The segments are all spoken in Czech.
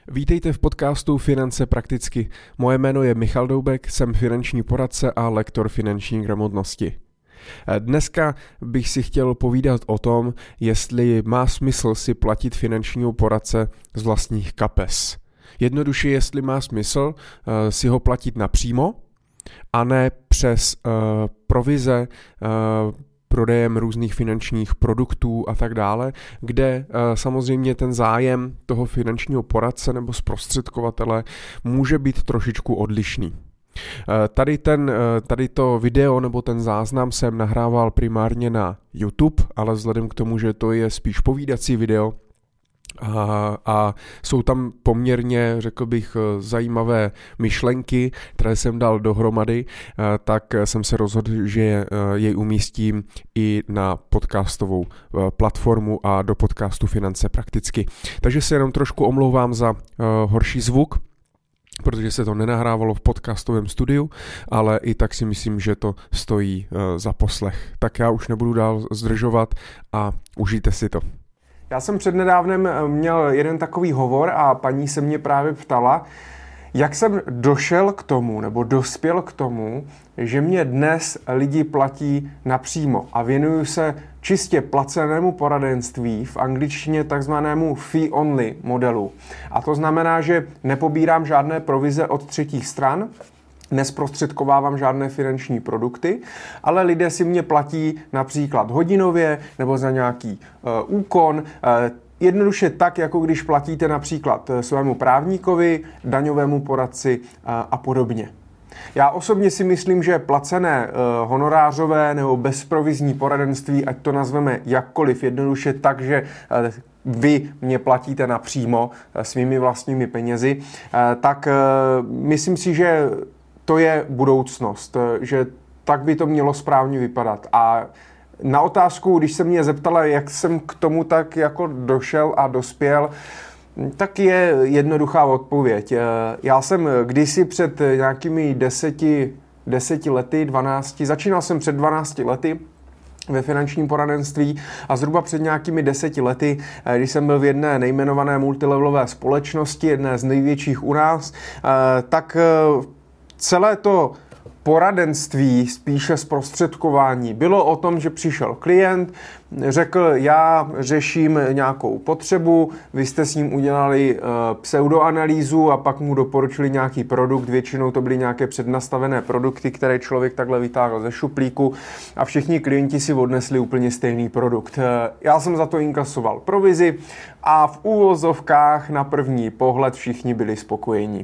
Vítejte v podcastu Finance prakticky. Moje jméno je Michal Doubek, jsem finanční poradce a lektor finanční gramotnosti. Dneska bych si chtěl povídat o tom, jestli má smysl si platit finančního poradce z vlastních kapes. Jednoduše, jestli má smysl si ho platit napřímo, a ne přes provize, prodejem různých finančních produktů a tak dále, kde samozřejmě ten zájem toho finančního poradce nebo zprostředkovatele může být trošičku odlišný. Tady to video nebo ten záznam jsem nahrával primárně na YouTube, ale vzhledem k tomu, že to je spíš povídací video, a jsou tam poměrně, řekl bych, zajímavé myšlenky, které jsem dal dohromady, tak jsem se rozhodl, že jej umístím i na podcastovou platformu a do podcastu Finance prakticky. Takže se jenom trošku omlouvám za horší zvuk, protože se to nenahrávalo v podcastovém studiu, ale i tak si myslím, že to stojí za poslech. Tak já už nebudu dál zdržovat a užijte si to. Já jsem přednedávnem měl jeden takový hovor a paní se mě právě ptala, jak jsem došel k tomu, nebo dospěl k tomu, že mě dnes lidi platí napřímo a věnuju se čistě placenému poradenství, v angličtině takzvanému fee-only modelu. A to znamená, že nepobírám žádné provize od třetích stran, nezprostředkovávám žádné finanční produkty, ale lidé si mě platí například hodinově nebo za nějaký úkon, jednoduše tak, jako když platíte například svému právníkovi, daňovému poradci a podobně. Já osobně si myslím, že placené honorářové nebo bezprovizní poradenství, ať to nazveme jakkoliv, jednoduše tak, že vy mě platíte napřímo svými vlastními penězi, tak myslím si, že to je budoucnost, že tak by to mělo správně vypadat. A na otázku, když se mě zeptala, jak jsem k tomu tak jako došel a dospěl, tak je jednoduchá odpověď. Já jsem kdysi před nějakými 10 lety, 12, začínal jsem před 12 lety ve finančním poradenství a zhruba před nějakými 10 lety, když jsem byl v jedné nejmenované multilevelové společnosti, jedné z největších u nás, tak celé to poradenství, spíše zprostředkování, bylo o tom, že přišel klient, řekl, já řeším nějakou potřebu, vy jste s ním udělali pseudoanalýzu a pak mu doporučili nějaký produkt, většinou to byly nějaké přednastavené produkty, které člověk takhle vytáhl ze šuplíku a všichni klienti si odnesli úplně stejný produkt. Já jsem za to inkasoval provizi a v úvozovkách na první pohled všichni byli spokojení.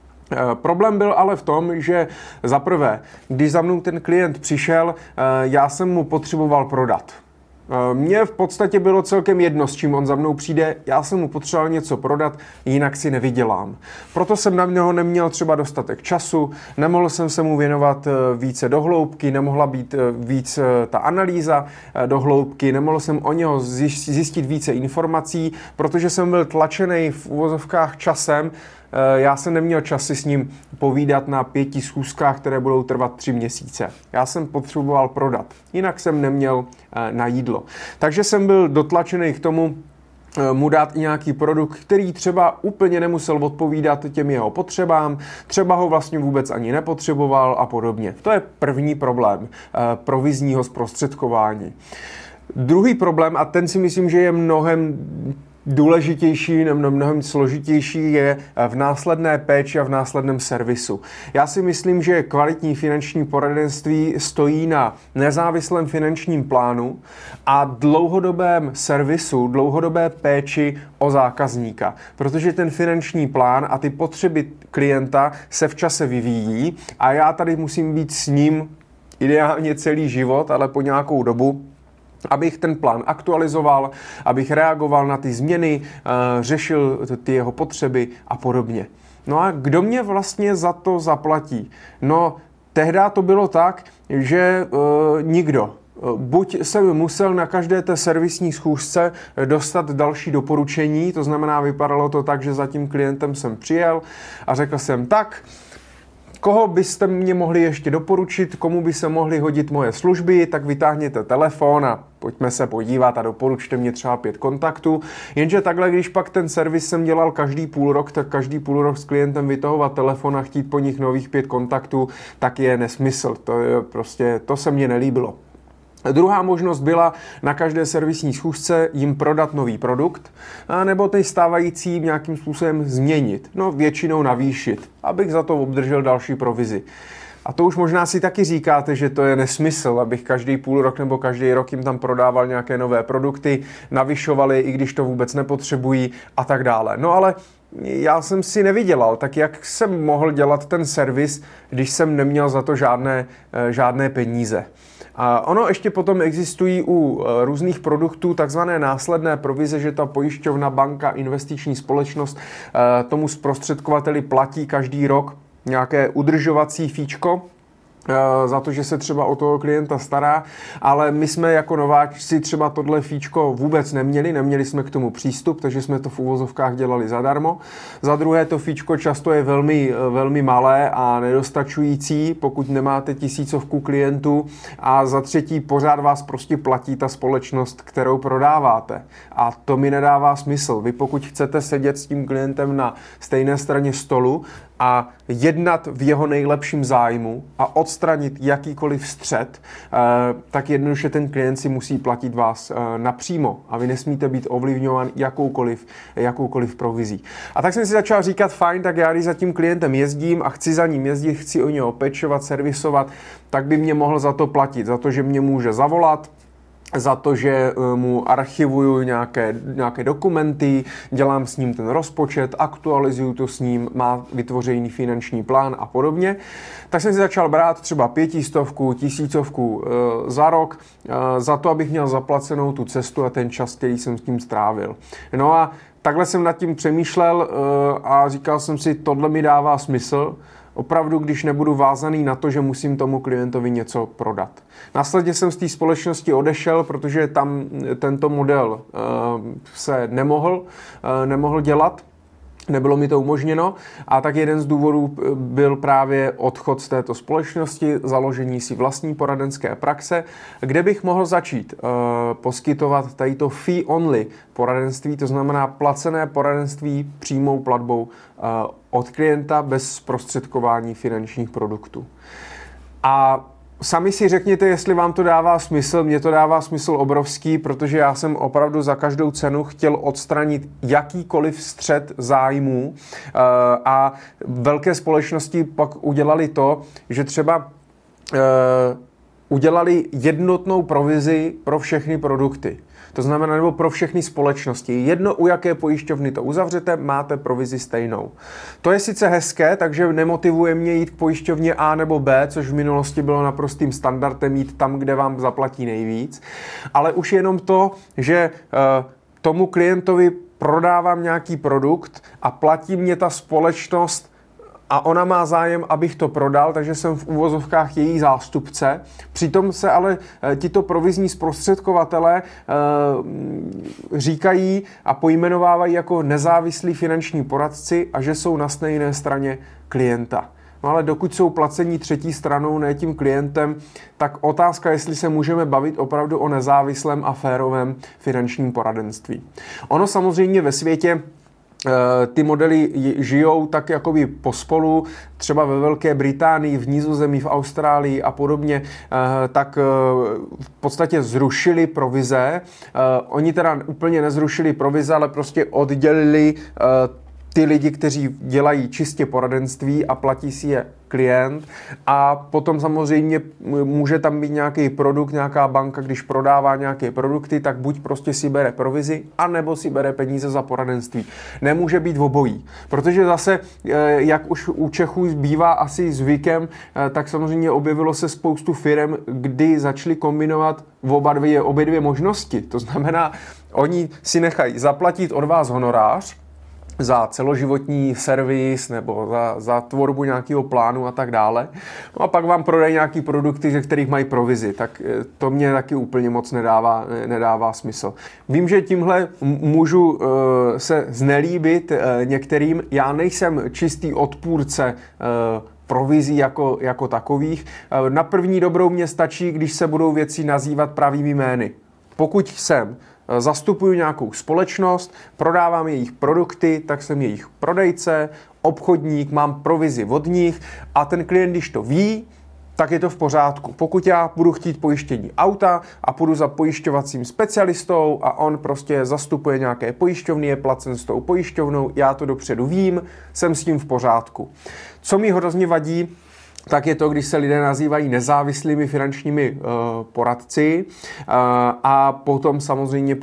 Problém byl ale v tom, že za prvé, když za mnou ten klient přišel, já jsem mu potřeboval prodat. Mně v podstatě bylo celkem jedno, s čím on za mnou přijde, já jsem mu potřeboval něco prodat, jinak si nevydělám. Proto jsem na něho neměl třeba dostatek času, nemohl jsem se mu věnovat více do hloubky, nemohla být víc ta analýza do hloubky, nemohl jsem o něho zjistit více informací, protože jsem byl tlačený v uvozovkách časem. Já jsem neměl čas si s ním povídat na 5 schůzkách, které budou trvat 3 měsíce. Já jsem potřeboval prodat, jinak jsem neměl na jídlo. Takže jsem byl dotlačený k tomu, mu dát i nějaký produkt, který třeba úplně nemusel odpovídat těm jeho potřebám, třeba ho vlastně vůbec ani nepotřeboval a podobně. To je první problém provizního zprostředkování. Druhý problém, a ten si myslím, že je mnohem důležitější nebo mnohem složitější, je v následné péči a v následném servisu. Já si myslím, že kvalitní finanční poradenství stojí na nezávislém finančním plánu a dlouhodobém servisu, dlouhodobé péči o zákazníka. Protože ten finanční plán a ty potřeby klienta se v čase vyvíjí a já tady musím být s ním ideálně celý život, ale po nějakou dobu, abych ten plán aktualizoval, abych reagoval na ty změny, řešil ty jeho potřeby a podobně. No a kdo mě vlastně za to zaplatí? No, tehdy to bylo tak, že nikdo. Buď jsem musel na každé té servisní schůzce dostat další doporučení, to znamená, vypadalo to tak, že za tím klientem jsem přijel a řekl jsem tak, koho byste mě mohli ještě doporučit, komu by se mohly hodit moje služby, tak vytáhněte telefon a pojďme se podívat a doporučte mě třeba 5 kontaktů. Jenže takhle, když pak ten servis jsem dělal každý půl rok, tak každý půl rok s klientem vytahovat telefon a chtít po nich nových 5 kontaktů, tak je nesmysl. To se mně nelíbilo. Druhá možnost byla na každé servisní schůzce jim prodat nový produkt, nebo ten stávající nějakým způsobem změnit, většinou navýšit, abych za to obdržel další provizi. A to už možná si taky říkáte, že to je nesmysl, abych každý půl rok nebo každý rok jim tam prodával nějaké nové produkty, navyšovali, i když to vůbec nepotřebují a tak dále. No ale já jsem si nevydělal, tak jak jsem mohl dělat ten servis, když jsem neměl za to žádné peníze. A ono ještě potom existují u různých produktů takzvané následné provize, že ta pojišťovna, banka, investiční společnost tomu zprostředkovateli platí každý rok nějaké udržovací fíčko za to, že se třeba o toho klienta stará, ale my jsme jako nováčci třeba tohle fíčko vůbec neměli jsme k tomu přístup, takže jsme to v uvozovkách dělali zadarmo. Za druhé, to fíčko často je velmi, velmi malé a nedostačující, pokud nemáte 1000 klientů, a za třetí, pořád vás prostě platí ta společnost, kterou prodáváte. A to mi nedává smysl. Vy pokud chcete sedět s tím klientem na stejné straně stolu a jednat v jeho nejlepším zájmu a odstranit jakýkoliv střet, tak jednoduše ten klient si musí platit vás napřímo a vy nesmíte být ovlivňován jakoukoliv provizí. A tak jsem si začal říkat, fajn, tak já když za tím klientem jezdím a chci za ním jezdit, chci o něho pečovat, servisovat, tak by mě mohl za to platit, za to, že mě může zavolat, za to, že mu archivuju nějaké dokumenty, dělám s ním ten rozpočet, aktualizuju to s ním, má vytvořený finanční plán a podobně. Tak jsem si začal brát třeba 500, 1000 za rok, za to, abych měl zaplacenou tu cestu a ten čas, který jsem s tím strávil. No a takhle jsem nad tím přemýšlel a říkal jsem si, tohle mi dává smysl, opravdu, když nebudu vázaný na to, že musím tomu klientovi něco prodat. Následně jsem z té společnosti odešel, protože tam tento model se nemohl dělat. Nebylo mi to umožněno a tak jeden z důvodů byl právě odchod z této společnosti, založení si vlastní poradenské praxe, kde bych mohl začít poskytovat tadyto fee-only poradenství, to znamená placené poradenství přímou platbou od klienta bez zprostředkování finančních produktů. A sami si řekněte, jestli vám to dává smysl. Mně to dává smysl obrovský, protože já jsem opravdu za každou cenu chtěl odstranit jakýkoliv střet zájmů a velké společnosti pak udělali to, že třeba udělali jednotnou provizi pro všechny produkty. To znamená, nebo pro všechny společnosti. Jedno, u jaké pojišťovny to uzavřete, máte provizi stejnou. To je sice hezké, takže nemotivuje mě jít k pojišťovně A nebo B, což v minulosti bylo naprostým standardem jít tam, kde vám zaplatí nejvíc. Ale už jenom to, že tomu klientovi prodávám nějaký produkt a platí mě ta společnost a ona má zájem, abych to prodal, takže jsem v uvozovkách její zástupce. Přitom se ale tito provizní zprostředkovatelé říkají a pojmenovávají jako nezávislí finanční poradci a že jsou na stejné straně klienta. No ale dokud jsou placení třetí stranou, ne tím klientem, tak otázka, jestli se můžeme bavit opravdu o nezávislém a férovém finančním poradenství. Ono samozřejmě ve světě ty modely žijou tak jakoby pospolu, třeba ve Velké Británii, v Nizozemí, v Austrálii a podobně, tak v podstatě zrušili provize. Oni teda úplně nezrušili provize, ale prostě oddělili ty lidi, kteří dělají čistě poradenství a platí si je klient, a potom samozřejmě může tam být nějaký produkt, nějaká banka, když prodává nějaké produkty, tak buď prostě si bere provizi, anebo si bere peníze za poradenství. Nemůže být obojí, protože zase, jak už u Čechů bývá asi zvykem, tak samozřejmě objevilo se spoustu firem, kdy začali kombinovat obě dvě možnosti. To znamená, oni si nechají zaplatit od vás honorář za celoživotní servis nebo za tvorbu nějakého plánu a tak dále. No a pak vám prodají nějaký produkty, ze kterých mají provizi. Tak to mě taky úplně moc nedává smysl. Vím, že tímhle můžu se znelíbit některým. Já nejsem čistý odpůrce provizí jako takových. Na první dobrou mě stačí, když se budou věci nazývat pravými jmény. Pokud zastupuju nějakou společnost, prodávám jejich produkty, tak jsem jejich prodejce, obchodník, mám provizi od nich a ten klient, když to ví, tak je to v pořádku. Pokud já budu chtít pojištění auta a půjdu za pojišťovacím specialistou a on prostě zastupuje nějaké pojišťovny, je placen s tou pojišťovnou, já to dopředu vím, jsem s tím v pořádku. Co mi hrozně vadí, tak je to, když se lidé nazývají nezávislými finančními poradci a potom samozřejmě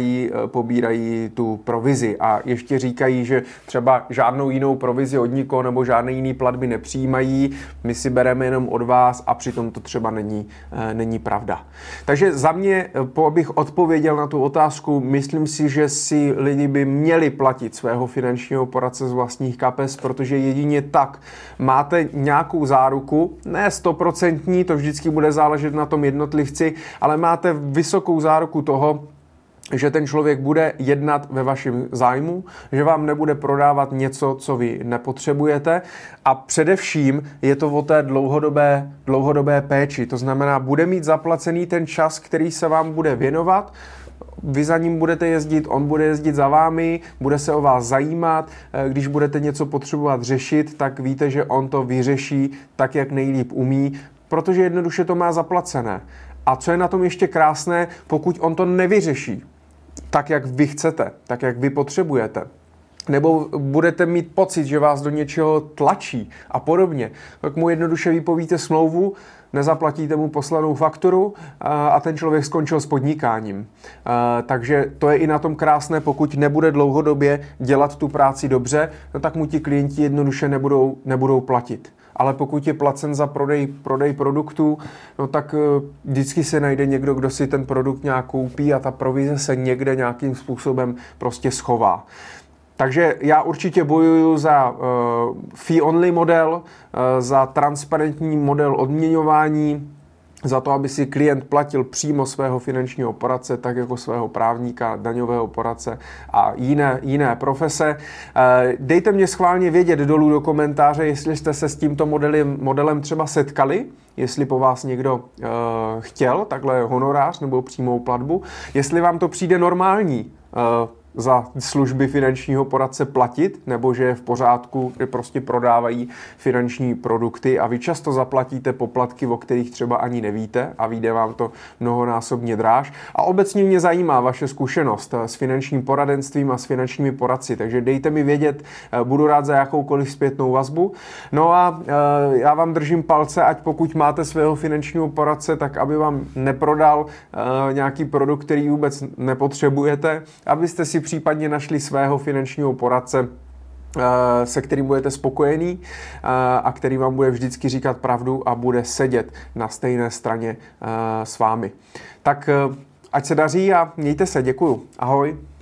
pobírají tu provizi a ještě říkají, že třeba žádnou jinou provizi od nikoho nebo žádné jiné platby nepřijímají, my si bereme jenom od vás a přitom to třeba není pravda. Takže za mě, abych odpověděl na tu otázku, myslím si, že si lidi by měli platit svého finančního poradce z vlastních kapes, protože jedině tak máte nějakou záruku, ne 100%, to vždycky bude záležet na tom jednotlivci, ale máte vysokou záruku toho, že ten člověk bude jednat ve vašem zájmu, že vám nebude prodávat něco, co vy nepotřebujete a především je to o té dlouhodobé péči. To znamená, bude mít zaplacený ten čas, který se vám bude věnovat, vy za ním budete jezdit, on bude jezdit za vámi, bude se o vás zajímat, když budete něco potřebovat řešit, tak víte, že on to vyřeší tak, jak nejlíp umí, protože jednoduše to má zaplacené. A co je na tom ještě krásné, pokud on to nevyřeší tak, jak vy chcete, tak, jak vy potřebujete, nebo budete mít pocit, že vás do něčeho tlačí a podobně, tak mu jednoduše vypovíte smlouvu, nezaplatíte mu poslanou fakturu a ten člověk skončil s podnikáním. Takže to je i na tom krásné, pokud nebude dlouhodobě dělat tu práci dobře, no tak mu ti klienti jednoduše nebudou platit. Ale pokud je placen za prodej produktů, no tak vždycky se najde někdo, kdo si ten produkt nějak koupí a ta provize se někde nějakým způsobem prostě schová. Takže já určitě bojuju za fee-only model, za transparentní model odměňování, za to, aby si klient platil přímo svého finančního poradce, tak jako svého právníka, daňového poradce a jiné profese. Dejte mě schválně vědět dolů do komentáře, jestli jste se s tímto modelem třeba setkali, jestli po vás někdo chtěl takhle honorář nebo přímou platbu, jestli vám to přijde normální za služby finančního poradce platit, nebo že je v pořádku, že prostě prodávají finanční produkty a vy často zaplatíte poplatky, o kterých třeba ani nevíte a vyjde vám to mnohonásobně dráž. A obecně mě zajímá vaše zkušenost s finančním poradenstvím a s finančními poradci, takže dejte mi vědět, budu rád za jakoukoliv zpětnou vazbu. No a já vám držím palce, ať pokud máte svého finančního poradce, tak aby vám neprodal nějaký produkt, který vůbec nepotřebujete, abyste si případně našli svého finančního poradce, se kterým budete spokojení a který vám bude vždycky říkat pravdu a bude sedět na stejné straně s vámi. Tak ať se daří a mějte se, děkuju. Ahoj.